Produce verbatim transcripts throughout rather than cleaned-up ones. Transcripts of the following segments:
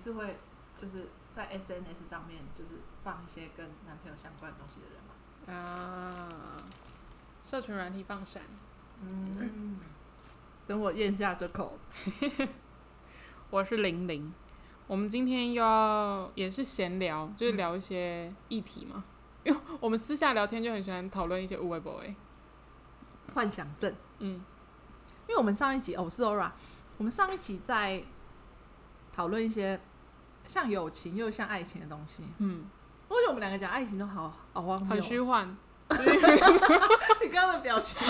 是会就是在 S N S 上面就是放一些跟男朋友相关的东西的人吗？ 啊，社群软体放闪。 嗯，等我咽下这口。 我是玲玲，我们今天又要也是闲聊，就是聊一些议题嘛。因为我们私下聊天就很喜欢讨论一些有的没的。 幻想症。 嗯， 因为我们上一集哦，我是 Ora， 我们上一集在讨论一些像友情又像爱情的东西。嗯，我觉得我们两个讲爱情都好好荒谬， 很虚幻。 你刚刚的表情。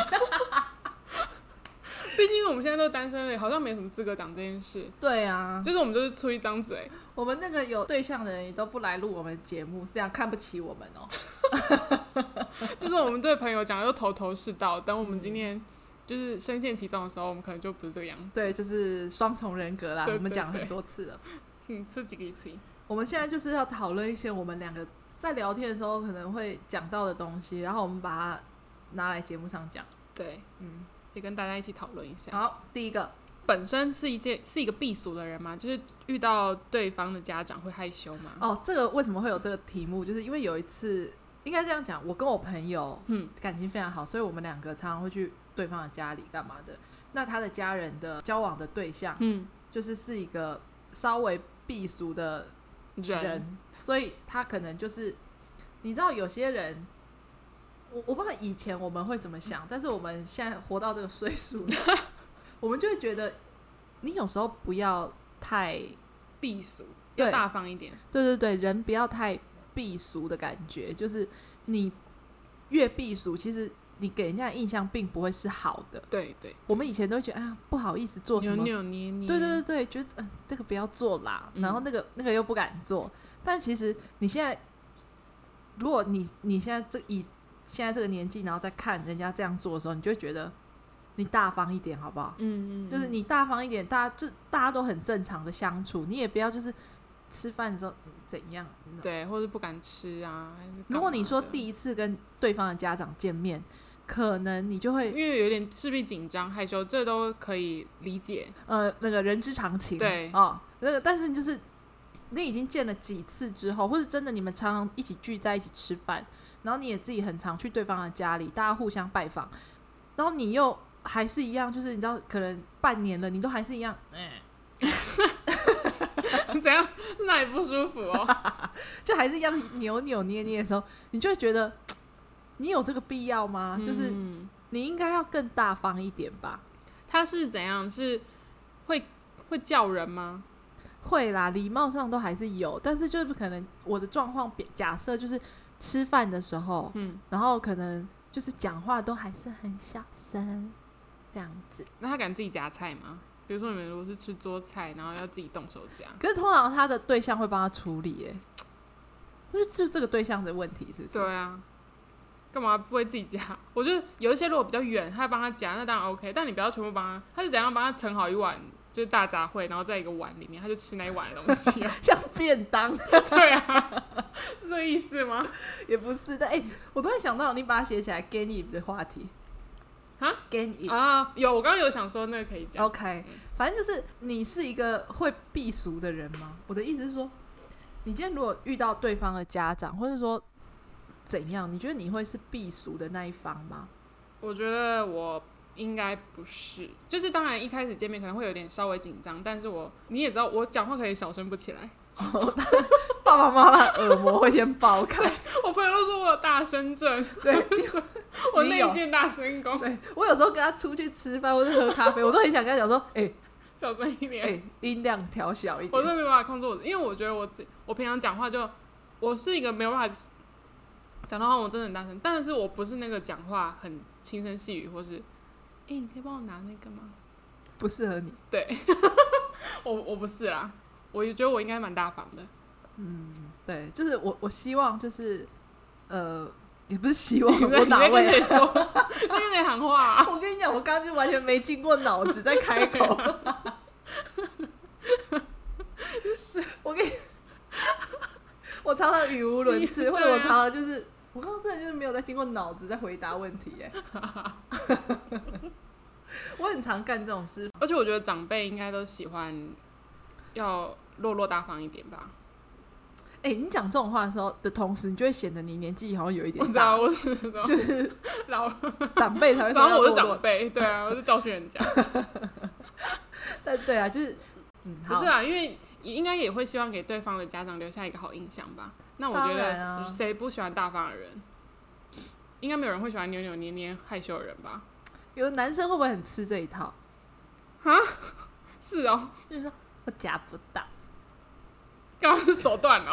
毕竟我们现在都单身了，好像没什么资格讲这件事。 对啊， 就是我们就是出一张嘴。 我们那个有对象的人也都不来录我们节目，是这样看不起我们哦。 就是我们对朋友讲的都头头是道，等我们今天就是深陷其中的时候，我们可能就不是这个样子。 对，就是双重人格啦， 对对对， 我们讲了很多次了。 嗯，出几个嘴。我们现在就是要讨论一些我们两个在聊天的时候可能会讲到的东西，然后我们把它拿来节目上讲。 对，嗯，也跟大家一起讨论一下。 好，第一个， 本身是一件是一个避俗的人吗？就是遇到对方的家长会害羞吗？ 哦，这个为什么会有这个题目？就是因为有一次，应该这样讲，我跟我朋友嗯感情非常好，所以我们两个常常会去对方的家里干嘛的。那他的家人的交往的对象，嗯，就是是一个稍微避俗的人，人所以他可能就是你知道有些人。我, 我不知道以前我们会怎么想，但是我们现在活到这个岁数，我们就会觉得，你有时候不要太避俗，要大方一点。 对对对，人不要太避俗的感觉，就是你越避俗，其实你给人家的印象并不会是好的。 对 对, 对， 我们以前都会觉得啊，不好意思做什么， 扭扭捏捏。 对对对对，觉得、呃、这个不要做啦，然后那个、嗯、那个又不敢做。但其实你现在，如果你你现在这以现在这个年纪，然后再看人家这样做的时候，你就会觉得你大方一点好不好？嗯嗯，就是你大方一点，大家就大家都很正常的相处，你也不要就是吃饭的时候、嗯、怎样， 对，或者不敢吃啊，还是如果你说第一次跟对方的家长见面，可能你就会因为有点势必紧张害羞，这都可以理解， 呃，那个人之常情， 对哦，那个但是就是你已经见了几次之后，或是真的你们常常一起聚在一起吃饭。然后你也自己很常去对方的家里，大家互相拜访，然后你又还是一样，就是你知道，可能半年了，你都还是一样，嗯， 怎样？哪里不舒服哦？ 就还是一样扭扭捏捏的时候，你就会觉得，你有这个必要吗？嗯、就是你应该要更大方一点吧。 他是怎样？是会会叫人吗？ 会啦，礼貌上都还是有，但是就是可能我的状况，假设就是。吃饭的时候、嗯、然后可能就是讲话都还是很小声这样子。 那他敢自己夹菜吗？比如说你们如果是吃桌菜，然后要自己动手夹， 可是通常他的对象会帮他处理耶，就是就这个对象的问题是不是？ 对啊，干嘛不会自己夹？我觉得有一些如果比较远，他帮他夹那当然 OK， 但你不要全部帮他，他是怎样帮他盛好一碗就是大杂烩，然后在一个碗里面，他就吃那一碗的东西、啊， 像便当。 对啊，是这个意思吗？ 也不是，但哎、欸，我突然想到，你把它写起来 ，get it 的话题啊 ，get it 啊，有，我刚刚有想说那个可以讲。 OK，、嗯、反正就是你是一个会避俗的人吗？我的意思是说，你今天如果遇到对方的家长，或者说怎样，你觉得你会是避俗的那一方吗？ 我觉得我。应该不是，就是当然一开始见面可能会有点稍微紧张，但是我你也知道我讲话可以小声不起来， 爸爸妈妈耳膜会先爆开。 我朋友都说我有大声症， 对， 我内建大声功。 对，我有时候跟他出去吃饭或是喝咖啡，我都很想跟他讲说，哎、欸， 小声一点，哎、 欸，音量调小一点。 我真的没办法控制我，因为我觉得我我平常讲话就我是一个没有办法讲到话，我真的很大声，但是我不是那个讲话很轻声细语或是。哎、欸，你可以帮我拿那个吗？ 不适合你。 对，我我不是啦，我觉得我应该蛮大方的。 嗯，对，就是我我希望就是呃，也不是希望，我哪位？你在说，你在喊话、啊。 我跟你讲，我刚刚就完全没经过脑子在开口。是，我跟你，我常常语无伦次，或者我常常就是。我刚刚真的就是没有在经过脑子在回答问题耶。我很常干这种事， 而且我觉得长辈应该都喜欢要落落大方一点吧。 哎、欸，你讲这种话的时候的同时，你就会显得你年纪好像有一点大。 我知道，我就是老长辈才会说要落落。 然后我是长辈，对啊，我是教训人家。 但对啊，就是嗯， 不是啊，因为应该也会希望给对方的家长留下一个好印象吧。那我觉得谁不喜欢大方的人？应该没有人会喜欢扭扭捏捏、害羞的人吧？ 有的男生会不会很吃这一套？ 哈，是哦， 就是说我夹不到。 刚刚是手断了。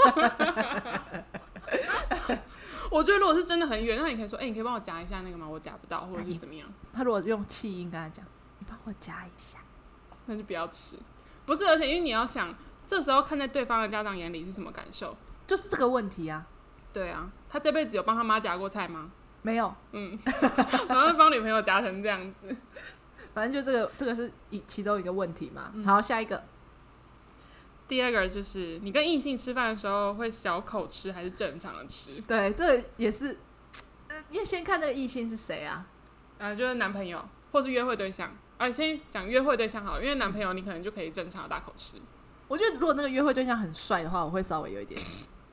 我觉得如果是真的很远，那你可以说，哎、欸，你可以帮我夹一下那个吗？我夹不到，或者是怎么样？ 他如果用气音跟他讲，你帮我夹一下， 那就不要吃。不是，而且因为你要想，这时候看在对方的家长眼里是什么感受？ 就是这个问题啊。 对啊，他这辈子有帮他妈夹过菜吗？ 没有。 嗯，然后帮女朋友夹成这样子。 反正就这个，这个是其中一个问题嘛。嗯、好，下一个。 第二个就是你跟异性吃饭的时候会小口吃还是正常的吃？ 对，这个也是，呃，要先看那个异性是谁啊？ 啊，就是男朋友或是约会对象。啊，先讲约会对象好了，因为男朋友你可能就可以正常的大口吃。 我觉得如果那个约会对象很帅的话，我会稍微有一点。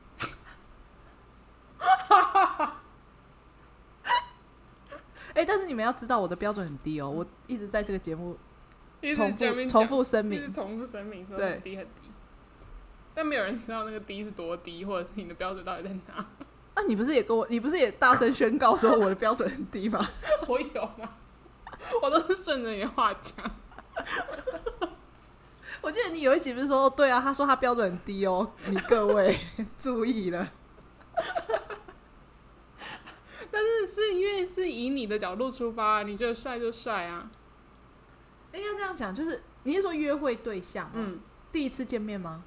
哎、欸，但是你们要知道我的标准很低哦，我一直在这个节目重复重复声明， 一直重复声明说很低很低。但没有人知道那个低是多低，或者是你的标准到底在哪。 啊，你不是也跟我，你不是也大声宣告说我的标准很低吗？ 我有吗？我都是顺着你的话讲。 我记得你有一集不是说，对啊，他说他标准很低哦，你各位注意了。 但是是因为是以你的角度出发，你觉得帅就帅啊。 应该这样讲，就是你是说约会对象吗？ 嗯， 第一次见面吗？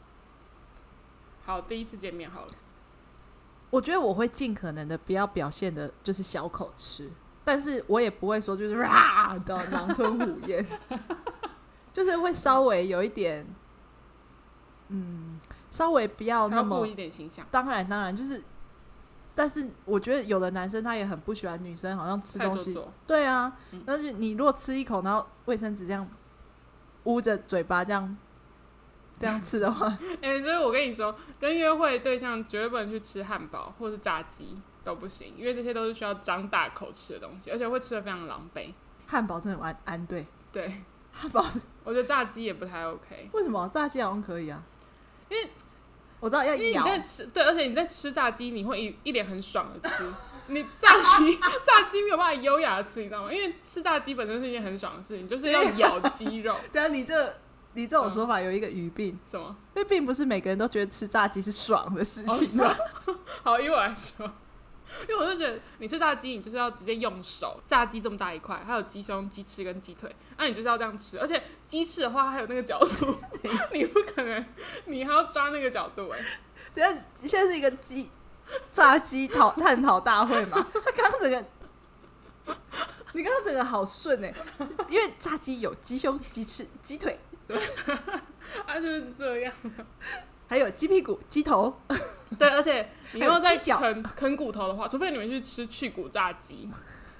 好，第一次见面好了。 我觉得我会尽可能的不要表现的就是小口吃，但是我也不会说就是啊的狼吞虎咽，就是会稍微有一点，嗯，稍微不要那么要顾一点形象。 当然，当然就是，但是我觉得有的男生他也很不喜欢女生好像吃东西，对啊，嗯、但是你如果吃一口，然后卫生纸这样捂着嘴巴这样。这样吃的话， 哎、欸，所以我跟你说，跟约会对象绝对不能去吃汉堡或是炸鸡都不行，因为这些都是需要张大口吃的东西，而且会吃得非常狼狈。 汉堡真的很安安对， 对， 汉堡， 我觉得炸鸡也不太 OK。 为什么炸鸡好像可以啊？ 因为我知道要咬， 因为你在吃，对，而且你在吃炸鸡，你会一一脸很爽的吃。你炸鸡炸鸡没有办法优雅的吃，你知道吗？因为吃炸鸡本身是一件很爽的事情，就是要咬鸡肉。 对啊，你这。你这种说法有一个语病， 嗯、什么？ 因为并不是每个人都觉得吃炸鸡是爽的事情、 啊哦。好，以我来说，因为我就觉得你吃炸鸡，你就是要直接用手，炸鸡这么大一块，还有鸡胸、鸡翅跟鸡腿，那、啊、你就是要这样吃。而且鸡翅的话，还有那个角度，你不可能，你还要抓那个角度哎、欸。 等一下，现在是一个鸡炸鸡讨探讨大会嘛？他刚刚整个。你刚刚整个好顺哎、欸，因为炸鸡有鸡胸、鸡翅、鸡腿， 啊就是这样， 还有鸡屁股、鸡头， 对，而且你要再啃啃骨头的话，除非你们去吃去骨炸鸡，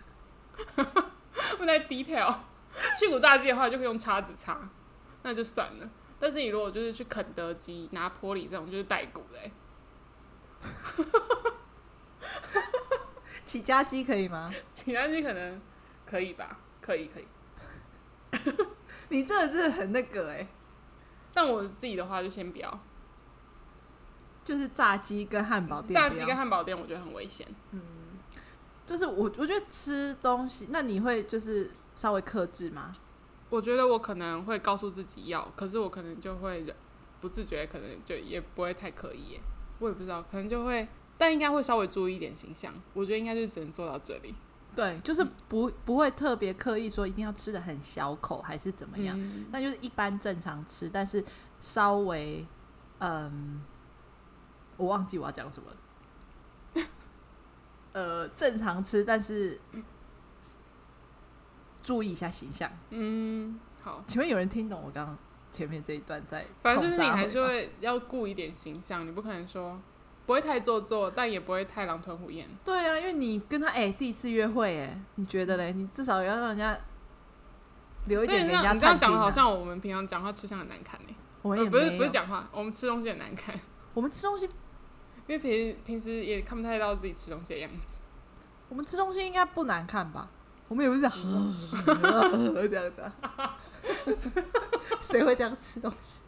不太 detail。去骨炸鸡的话，就可以用叉子擦，那就算了。但是你如果就是去肯德基、拿坡里这种，就是带骨的、欸。 起家鸡可以吗？ 起家鸡可能可以吧，可以可以。 你这个真的很那个哎、欸， 但我自己的话就先不要， 就是炸鸡跟汉堡店， 炸鸡跟汉堡店我觉得很危险。 嗯，就是我我觉得吃东西，那你会就是稍微克制吗？ 我觉得我可能会告诉自己要，可是我可能就会不自觉，可能就也不会太刻意耶，我也不知道，可能就会。但应该会稍微注意一点形象，我觉得应该就只能做到这里。 对，就是不不会特别刻意说一定要吃的很小口还是怎么样，嗯、那就是一般正常吃，但是稍微嗯，我忘记我要讲什么了。呃，正常吃，但是注意一下形象。 嗯，好。 请问有人听懂我刚刚前面这一段在？ 反正就是你还是会要顾一点形象，你不可能说。不会太做作，但也不会太狼吞虎咽。对啊，因为你跟他哎、欸、第一次约会哎、欸，你觉得嘞？你至少要让人家留一点给人家探听、啊。 你这样讲的好像我们平常讲话吃相很难看哎、欸。 我我们也没有、 呃、不是不是讲话，我们吃东西很难看。 我们吃东西，因为平平时也看不太到自己吃东西的样子。 我们吃东西应该不难看吧？我们也不是这样，这样子、啊，谁会这样吃东西？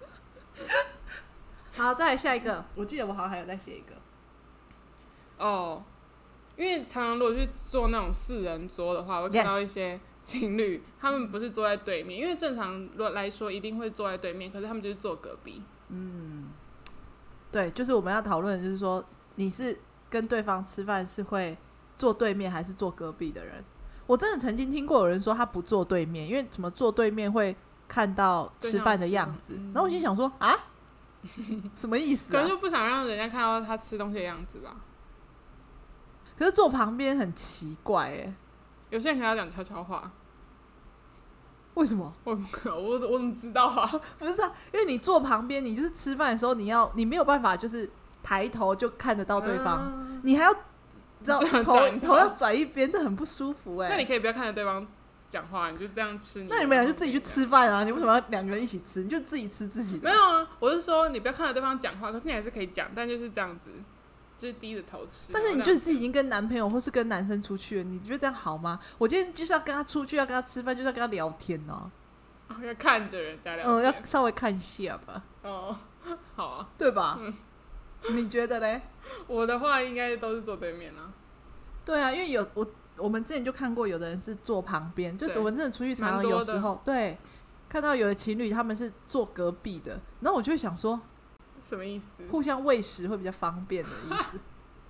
好，再来下一个。我记得我好像还有再写一个。 哦，因为常常如果去做那种四人桌的话，我看到一些情侣， yes. 他们不是坐在对面，因为正常来说一定会坐在对面，可是他们就是坐隔壁。 嗯，对，就是我们要讨论的就是说，你是跟对方吃饭是会坐对面还是坐隔壁的人？我真的曾经听过有人说他不坐对面，因为什么坐对面会看到吃饭的样子。然后我心想说啊，什么意思、啊？ 可能就不想让人家看到他吃东西的样子吧。 可是坐旁边很奇怪哎、欸， 有些人可能要讲悄悄话。 为什么？ 我我我怎么知道啊？ 不是啊，因为你坐旁边，你就是吃饭的时候，你要你没有办法就是抬头就看得到对方，嗯、你还要知道头头要转一边，这很不舒服哎、欸。 那你可以不要看着对方讲话，你就这样吃你。 那你们俩就自己去吃饭啊！你为什么要两个人一起吃？你就自己吃自己的。 没有啊，我是说你不要看着对方讲话，可是你还是可以讲，但就是这样子。就是低着头吃， 但是你就是已经跟男朋友或是跟男生出去了，你觉得这样好吗？我今天就是要跟他出去，要跟他吃饭，就是要跟他聊天哦、 啊。要看着人家聊天， 嗯，要稍微看一下吧。 哦，好啊， 对吧？ 嗯， 你觉得嘞？ 我的话应该都是坐对面啊。 对啊，因为有我我们之前就看过，有的人是坐旁边，就我们真的出去常常有时候对看到有的情侣他们是坐隔壁的，然后我就会想说。 什么意思？ 互相喂食会比较方便的意思，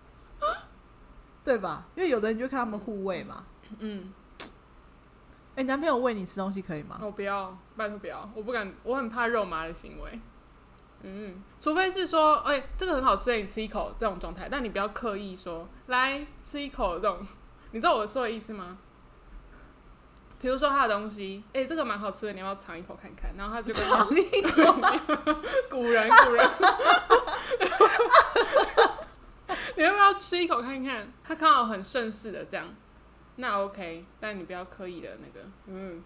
对吧？因为有的人就看他们互喂嘛。嗯。哎、欸，男朋友喂你吃东西可以吗？ 我不要，拜托不要，我不敢，我很怕肉麻的行为。嗯，除非是说，哎、欸，这个很好吃，你吃一口这种状态，但你不要刻意说来吃一口这种，你知道我说的意思吗？比如说他的东西，哎、欸，这个蛮好吃的，你要不要尝一口看看？然后他就跟他尝一口， 古人古人，你要不要吃一口看看？他刚好很顺势的这样，那 OK， 但你不要刻意的那个，嗯，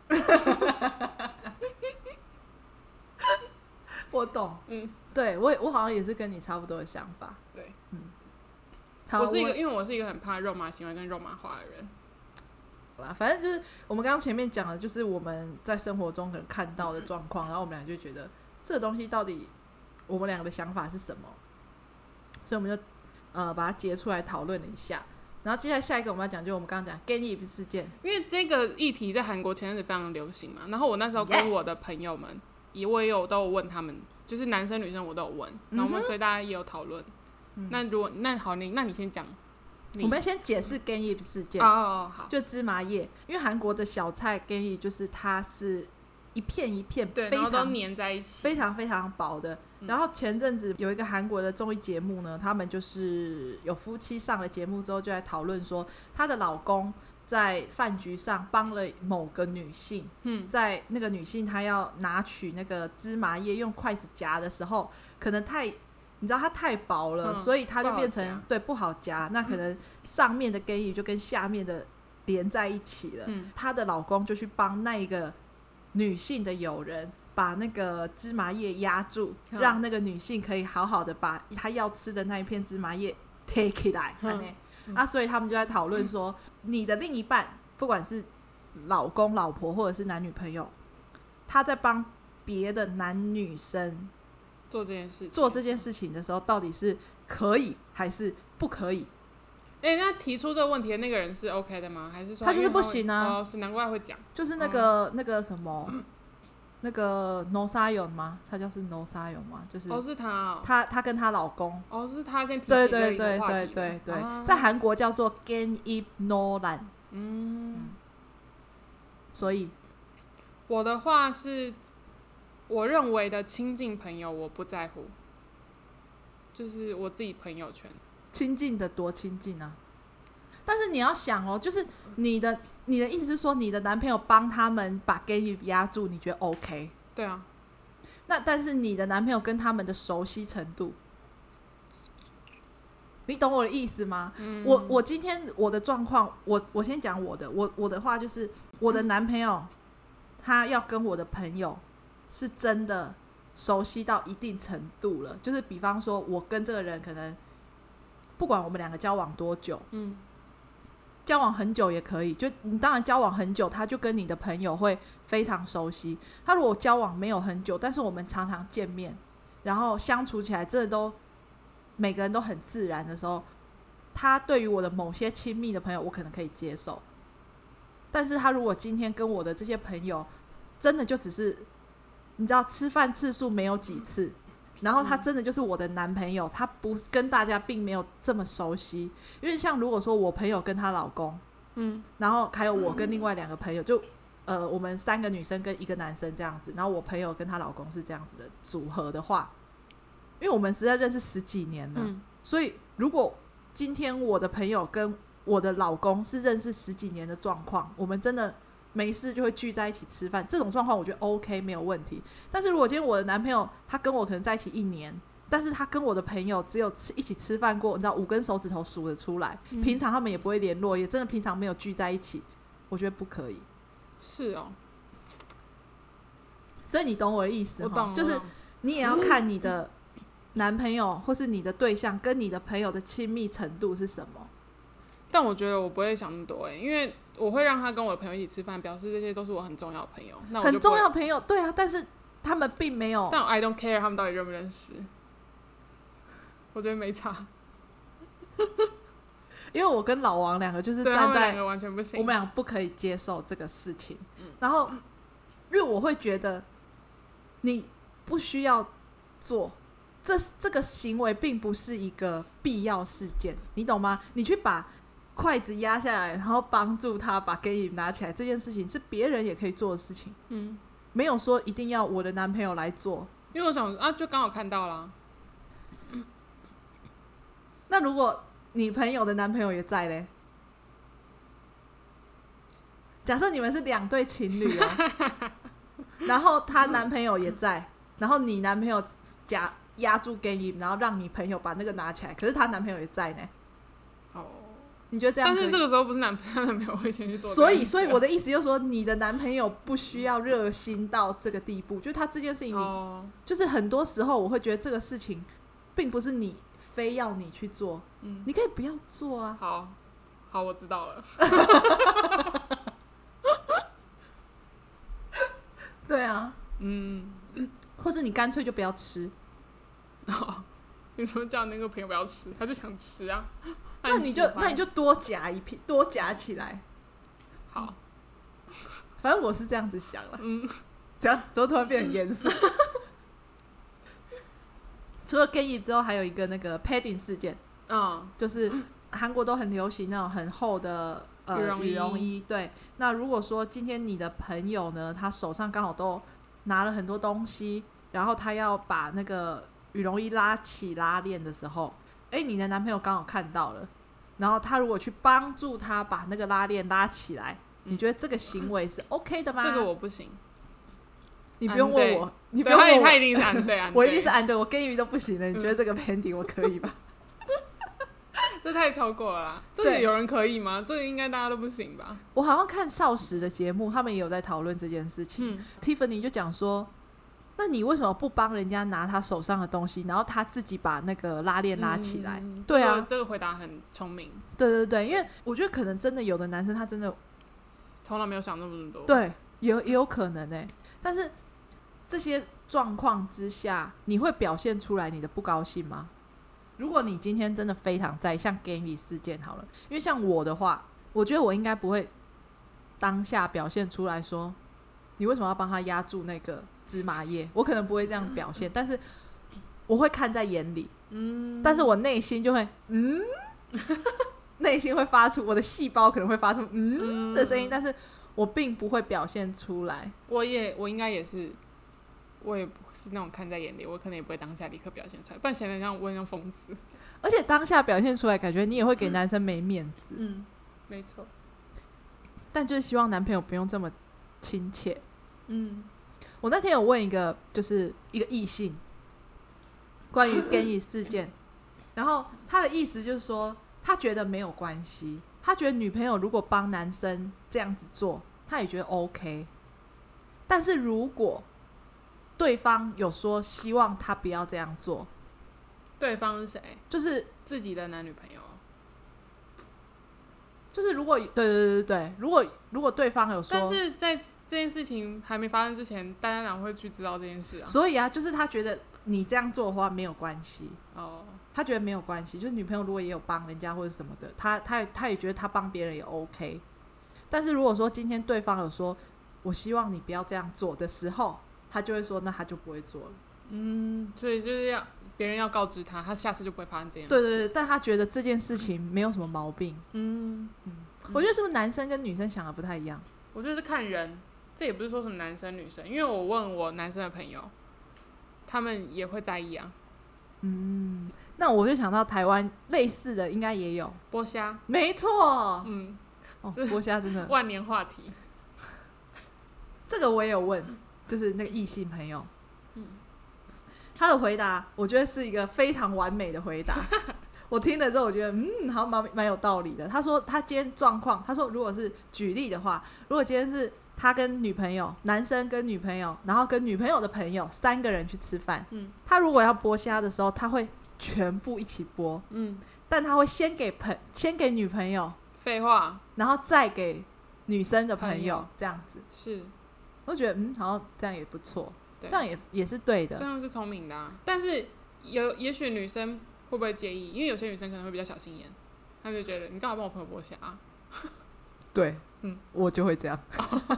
我懂， 嗯， 对我我好像也是跟你差不多的想法， 对， 嗯， 我是一个，因为我是一个很怕肉麻行为跟肉麻话的人。 反正就是我们刚刚前面讲的，就是我们在生活中可能看到的状况，然后我们俩就觉得这个东西到底我们两个的想法是什么，所以我们就呃把它截出来讨论了一下。然后接下来下一个我们要讲，就是我们刚刚讲 gay ip 事件， 因为这个议题在韩国前阵子非常流行嘛。然后我那时候跟我的朋友们，也我也有都有问他们，就是男生女生我都有问，然后我们所以大家也有讨论。嗯、那如果那好，你那你先讲。 我们先解释 gay ip 事件。 哦哦好， 就芝麻叶，因为韩国的小菜 gay ip 就是它是一片一片， 对， 非常然后都粘在一起， 非常非常薄的。嗯、然后前阵子有一个韩国的综艺节目呢，他们就是有夫妻上了节目之后，就在讨论说，她的老公在饭局上帮了某个女性，嗯，在那个女性她要拿取那个芝麻叶用筷子夹的时候，可能太。你知道它太薄了，嗯、所以它就变成不对不好夹，那可能上面的 gay ip 就跟下面的连在一起了。嗯、她的老公就去帮那一个女性的友人把那个芝麻叶压住，嗯、让那个女性可以好好的把她要吃的那一片芝麻叶 take 起来。嗯嗯、啊，所以他们就在讨论说，嗯、你的另一半，不管是老公、老婆或者是男女朋友，他在帮别的男女生。 做这件事情， 做这件事情的时候，到底是可以还是不可以？ 哎、欸，那提出这个问题的那个人是 OK 的吗？还是说 他, 他就是不行啊？ 哦，是难怪会讲， 就是那个、哦、那个什么，那个 No Sayon 吗？他叫是 No Sayon 吗？就是哦，是他、哦， 他他跟她老公， 哦，是他先提起对对对对对对， 啊、 在韩国叫做 gay ip Nolan， 嗯, 嗯，所以我的话是。我认为的亲近朋友我不在乎，就是我自己朋友圈。 亲近的多亲近啊！但是你要想哦，就是你的你的意思是说，你的男朋友帮他们把 gay ip 压住，你觉得 OK？ 对啊。 那但是你的男朋友跟他们的熟悉程度，你懂我的意思吗？嗯、我我今天我的状况，我我先讲我的，我我的话就是我的男朋友，他要跟我的朋友。是真的熟悉到一定程度了，就是比方说我跟这个人可能不管我们两个交往多久，嗯，交往很久也可以，就你当然交往很久，他就跟你的朋友会非常熟悉。他如果交往没有很久，但是我们常常见面，然后相处起来真的都每个人都很自然的时候，他对于我的某些亲密的朋友我可能可以接受，但是他如果今天跟我的这些朋友真的就只是你知道吃饭次数没有几次，然后他真的就是我的男朋友，他不跟大家并没有这么熟悉。因为像如果说我朋友跟她老公，嗯，然后还有我跟另外两个朋友，就呃我们三个女生跟一个男生这样子，然后我朋友跟她老公是这样子的组合的话，因为我们实在认识十几年了，嗯，所以如果今天我的朋友跟我的老公是认识十几年的状况，我们真的没事就会聚在一起吃饭，这种状况我觉得 OK 没有问题。但是如果今天我的男朋友他跟我可能在一起一年，但是他跟我的朋友只有吃一起吃饭过，你知道五根手指头数得出来，嗯，平常他们也不会联络，也真的平常没有聚在一起，我觉得不可以。 是哦， 所以你懂我的意思？ 我懂， 就是你也要看你的男朋友或是你的对象跟你的朋友的亲密程度是什么。 但我觉得我不会想那么多，因为我会让他跟我的朋友一起吃饭，表示这些都是我很重要的朋友。那我就很重要的朋友，对啊，但是他们并没有。 但 I don't care 他们到底认不认识，我觉得没差。 因为我跟老王两个就是站在他们两个完全不行， 我们俩不可以接受这个事情。嗯，然后因为我会觉得你不需要做这这个行为，并不是一个必要事件，你懂吗？你去把筷子压下来，然后帮助他把给你拿起来，这件事情是别人也可以做的事情。嗯，没有说一定要我的男朋友来做。 因为我想啊，就刚好看到啦。 那如果你朋友的男朋友也在嘞？假设你们是两对情侣哦，然后她男朋友也在，然后你男朋友夹压住给你，然后让你朋友把那个拿起来，可是她男朋友也在呢。哦，你觉得这样可以？ 但是这个时候不是男朋友男朋友会先去做， 所以所以我的意思就是说，你的男朋友不需要热心到这个地步，就是他这件事情你，哦，就是很多时候我会觉得这个事情并不是你非要你去做，嗯，你可以不要做啊。 好，好，我知道了。 对啊，嗯，或是你干脆就不要吃。 哦，你说叫那个朋友不要吃，他就想吃啊。 那你就那你就多夹一片，多夹起来。 好， 反正我是这样子想了。嗯，这样怎么突然变很严肃？除了 gay 之后，还有一个那个 padding 事件。嗯，就是韩国都很流行那种很厚的呃羽绒衣。对，那如果说今天你的朋友呢，他手上刚好都拿了很多东西，然后他要把那个羽绒衣拉起拉链的时候，哎，你的男朋友刚好看到了，然后他如果去帮助他把那个拉链拉起来，你觉得这个行为是 OK 的吗？ 这个我不行。 你不用问我，你不用问我， 他一定是安对啊， 我一定是安对，我 gay 鱼都不行了，你觉得这个 pending 我可以吧？ 这太超过了啦！这个有人可以吗？这个应该大家都不行吧？ 我好像看少时的节目，他们也有在讨论这件事情。嗯、Tiffany 就讲说，那你为什么不帮人家拿他手上的东西，然后他自己把那个拉链拉起来？嗯、对啊、 这个，这个回答很聪明。 对对对，因为我觉得可能真的有的男生他真的头脑没有想那么多。 对，也有也有可能哎、欸，但是这些状况之下，你会表现出来你的不高兴吗？如果你今天真的非常在意，像 Gammy 事件好了，因为像我的话，我觉得我应该不会当下表现出来说，你为什么要帮他压住那个芝麻叶？我可能不会这样表现，但是我会看在眼里，嗯，但是我内心就会，嗯，内心会发出我的细胞可能会发出嗯的声音，但是我并不会表现出来。 我也，我应该也是。我也不是那种看在眼里，我可能也不会当下立刻表现出来，不然显得像我很像疯子。 而且当下表现出来，感觉你也会给男生没面子。 嗯，没错。 但就是希望男朋友不用这么亲切。嗯，我那天有问一个，就是一个异性，关于 gay 事件，然后他的意思就是说，他觉得没有关系，他觉得女朋友如果帮男生这样子做，他也觉得 OK。但是如果对方有说希望他不要这样做。 对方是谁？ 就是自己的男女朋友。 就是如果对对对对对，如果如果对方有说， 但是在这件事情还没发生之前，大家哪会去知道这件事啊？ 所以啊，就是他觉得你这样做的话没有关系哦， 他觉得没有关系，就是女朋友如果也有帮人家或者什么的，他他他也觉得他帮别人也 OK。但是如果说今天对方有说我希望你不要这样做的时候，他就会说那他就不会做了。 嗯，所以就是要别人要告知他，他下次就不会发生这件事。 对对对，但他觉得这件事情没有什么毛病。 嗯嗯，我觉得是不是男生跟女生想的不太一样？ 我觉得是看人，这也不是说什么男生女生，因为我问我男生的朋友，他们也会在意啊。 嗯，那我就想到台湾类似的应该也有剥虾， 没错。 嗯， 哦，剥虾真的万年话题。 这个我也有问，就是那个异性朋友，嗯，他的回答我觉得是一个非常完美的回答。我听了之后，我觉得嗯，好像蛮蛮有道理的。他说他今天状况，他说如果是举例的话，如果今天是他跟女朋友，男生跟女朋友，然后跟女朋友的朋友三个人去吃饭，嗯，他如果要剥虾的时候，他会全部一起剥，嗯，但他会先给朋先给女朋友， 废话， 然后再给女生的朋友， 朋友这样子是， 我觉得嗯，好像这样也不错，这样也也是对的， 这样是聪明的啊。但是有也许女生会不会介意？因为有些女生可能会比较小心眼，她就觉得你干嘛帮我朋友剥虾啊？ 对，嗯，我就会这样。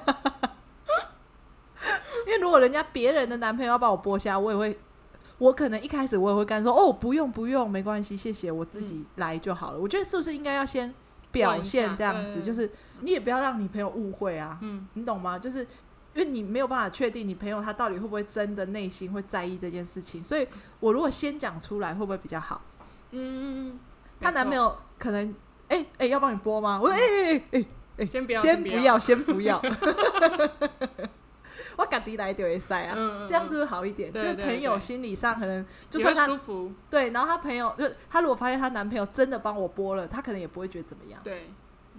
因为如果人家别人的男朋友要帮我剥虾，我也会，我可能一开始我也会跟他说哦，不用不用，没关系，谢谢，我自己来就好了。嗯、我觉得是不是应该要先表现这样子，就是你也不要让你朋友误会啊，嗯，你懂吗？就是因为你没有办法确定你朋友他到底会不会真的内心会在意这件事情，所以我如果先讲出来，会不会比较好？嗯，她男朋友可能哎哎、欸欸、要帮你剥吗？我说哎哎哎哎， 先不要， 先不要，先不要。我自己来就会使啊、嗯嗯，这样是不是好一点？就是朋友心理上可能就算他舒服， 对，然后他朋友就他如果发现他男朋友真的帮我剥了，他可能也不会觉得怎么样。 对，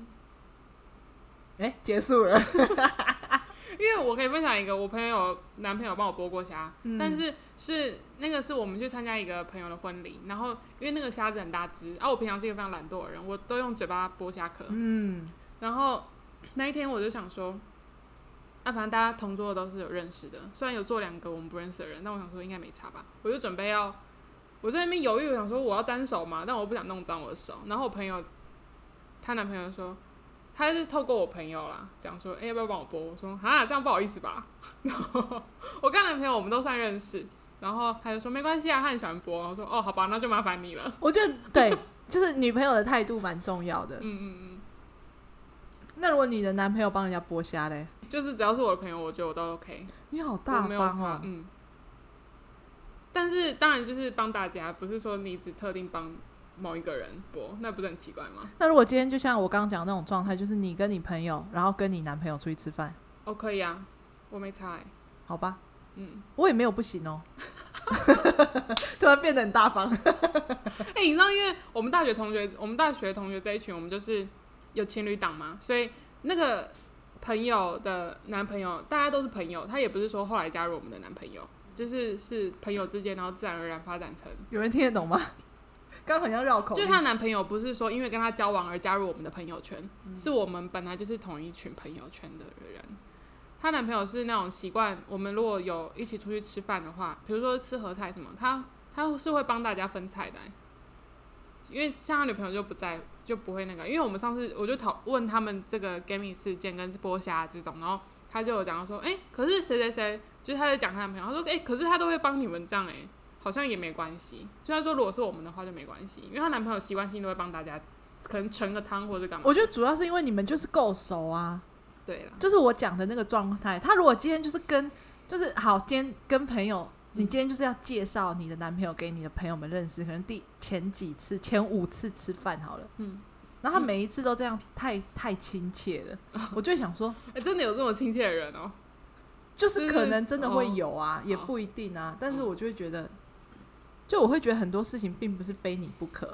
哎、欸，结束了。 因为我可以分享一个，我朋友男朋友帮我剥过虾、嗯，但是是那个是我们去参加一个朋友的婚礼，然后因为那个虾子很大只，然、啊、后我平常是一个非常懒惰的人，我都用嘴巴剥虾壳，嗯，然后那一天我就想说。啊，反正大家同桌的都是有认识的，虽然有坐两个我们不认识的人，但我想说应该没差吧。我就准备要，我在那边犹豫，我想说我要沾手嘛，但我不想弄脏我的手。然后我朋友，她男朋友说，他是透过我朋友啦，讲说，哎、欸，要不要帮我剥？我说，啊，这样不好意思吧。然后我跟男朋友我们都算认识，然后他就说没关系啊，他很喜欢剥。我说，哦，好吧，那就麻烦你了。 我觉得对，就是女朋友的态度蛮重要的。嗯嗯嗯。那如果你的男朋友帮人家剥虾嘞？ 就是只要是我的朋友，我觉得我都 OK。 你好大方哦， 嗯。但是当然就是帮大家，不是说你只特定帮某一个人剥，那不是很奇怪吗？ 那如果今天就像我刚刚讲的那种状态，就是你跟你朋友，然后跟你男朋友出去吃饭， 哦，可以啊，我没差哎、欸。 好吧，嗯，我也没有不行哦。突然变得很大方。 哎、欸，你知道，因为我们大学同学，我们大学同学这一群，我们就是有情侣档嘛，所以那个。朋友的男朋友，大家都是朋友，他也不是说后来加入我们的男朋友，就是是朋友之间，然后自然而然发展成。 有人听得懂吗？刚好像绕口。 就她男朋友不是说因为跟他交往而加入我们的朋友圈，嗯、是我们本来就是同一群朋友圈的人。她男朋友是那种习惯，我们如果有一起出去吃饭的话，比如说吃合菜什么，他他是会帮大家分菜的、欸。因为像他女朋友就不在，就不会那个。因为我们上次我就讨问他们这个 gaming 事件跟剥虾这种，然后他就有讲到说，哎、欸，可是谁谁谁，就是他在讲他男朋友，他说，哎、欸，可是他都会帮你们这样、欸，哎，好像也没关系。就他说，如果是我们的话就没关系，因为他男朋友习惯性都会帮大家，可能盛个汤或者干嘛。 我觉得主要是因为你们就是够熟啊。 对啦， 就是我讲的那个状态。他如果今天就是跟，就是好，今天跟朋友。你今天就是要介绍你的男朋友给你的朋友们认识，可能第前几次、前五次吃饭好了，嗯，然后他每一次都这样太，太太亲切了，嗯、我就会想说， 哎、欸，真的有这么亲切的人哦？ 就是可能真的会有啊，也不一定啊，但是我就会觉得，就我会觉得很多事情并不是非你不可，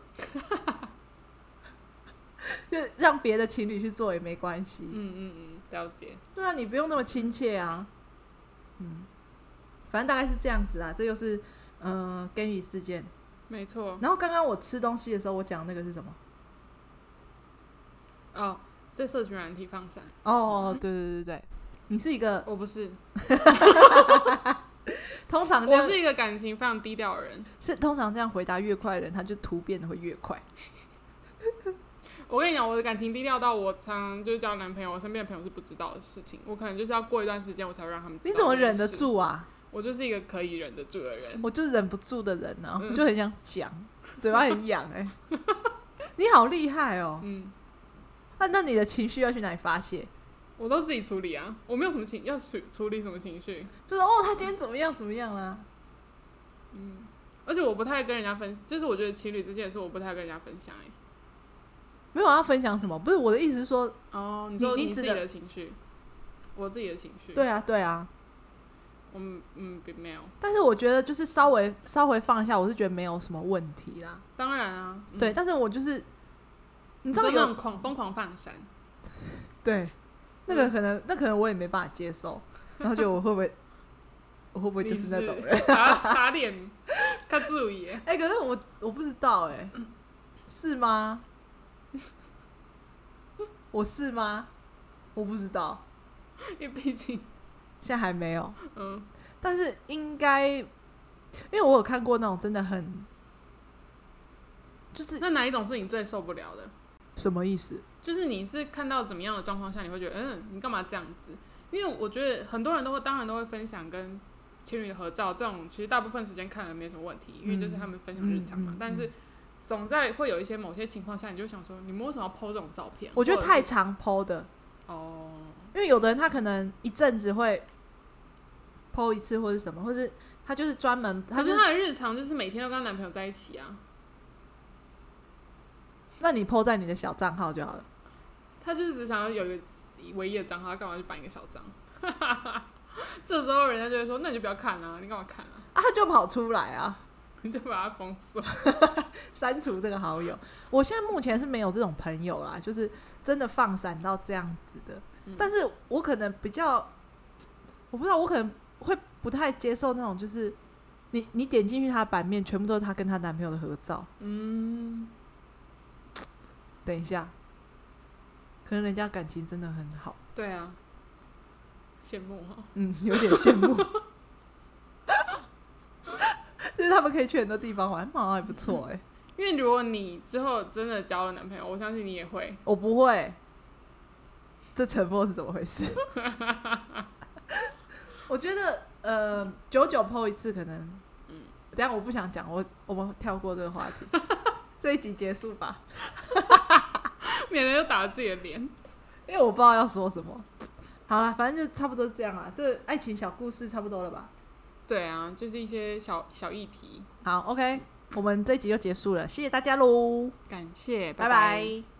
就让别的情侣去做也没关系。 嗯嗯嗯，了解。 对啊，你不用那么亲切啊，嗯。 反正大概是这样子啊。这就是呃 Gami 事件， 没错。 然后刚刚我吃东西的时候，我讲那个是什么？ 哦，在社群软体放闪。 哦，对对对对，你是一个， 我不是。 通常这样我是一个感情非常低调的人。 是通常这样回答越快的人，他就突变的会越快。 我跟你讲，我的感情低调到我常常就是交男朋友，我身边的朋友是不知道的事情，我可能就是要过一段时间我才会让他们知道。 你怎么忍得住啊？ 我就是一个可以忍得住的人。 我就是忍不住的人啊，嗯、我就很想讲，嘴巴很痒哎、欸。你好厉害哦。嗯。那、啊、那你的情绪要去哪里发泄？ 我都自己处理啊，我没有什么情要处处理什么情绪， 就是哦，他今天怎么样怎么样啦、啊。 嗯，而且我不太跟人家分，就是我觉得情侣之间的事我不太跟人家分享哎、欸。 没有要分享什么？不是我的意思是说， 哦，你说你自己的情绪，我自己的情绪。 对啊，对啊。 我嗯嗯没有， 但是我觉得就是稍微稍微放下，我是觉得没有什么问题啦。 当然啊， 嗯、对，但是我就是你知道有那种狂疯狂放闪， 对，那个可能、嗯、那可能我也没办法接受，然后觉得我会不会我会不会就是那种人打打脸，他注意哎、 欸，可是我我不知道哎、欸，是吗？我是吗？我不知道， 因为毕竟现在还没有。 嗯， 但是应该，因为我有看过那种真的很，就是那哪一种是你最受不了的？ 什么意思？ 就是你是看到怎么样的状况下，你会觉得嗯，你干嘛这样子？因为我觉得很多人都会，当然都会分享跟情侣的合照，这种其实大部分时间看了没什么问题，因为就是他们分享日常嘛。嗯嗯嗯、但是总在会有一些某些情况下，你就想说，你们为什么要 po 这种照片？ 我觉得太常 po 的哦，因为有的人他可能一阵子会 po 一次，或是什么，或是他就是专门， 他就是他的日常就是每天都跟他男朋友在一起啊。 那你 po 在你的小账号就好了。 他就是只想要有一个唯一的账号，他干嘛去办一个小账？这时候人家就会说：“那你就不要看啊，你干嘛看啊？” 啊，他就跑出来啊， 你就把他封锁， 删除这个好友。我现在目前是没有这种朋友啦，就是真的放闪到这样子的。嗯、但是我可能比较，我不知道，我可能会不太接受那种，就是你你点进去他的版面，全部都是她跟她男朋友的合照。嗯，等一下，可能人家感情真的很好。 对啊。羡慕哈， 嗯，有点羡慕，就是他们可以去很多地方玩，好像还不错哎、欸。 因为如果你之后真的交了男朋友，我相信你也会。 我不会，这沉默是怎么回事？我觉得呃，久久 po 一次可能，嗯，等一下我不想讲，我我们跳过这个话题，这一集结束吧， 免得又打了自己的脸， 因为我不知道要说什么。好啦，反正就差不多这样啦。这爱情小故事差不多了吧？ 对啊，就是一些小小议题。 好 ，OK， 我们这一集就结束了，谢谢大家喽， 感谢， 拜拜。拜拜。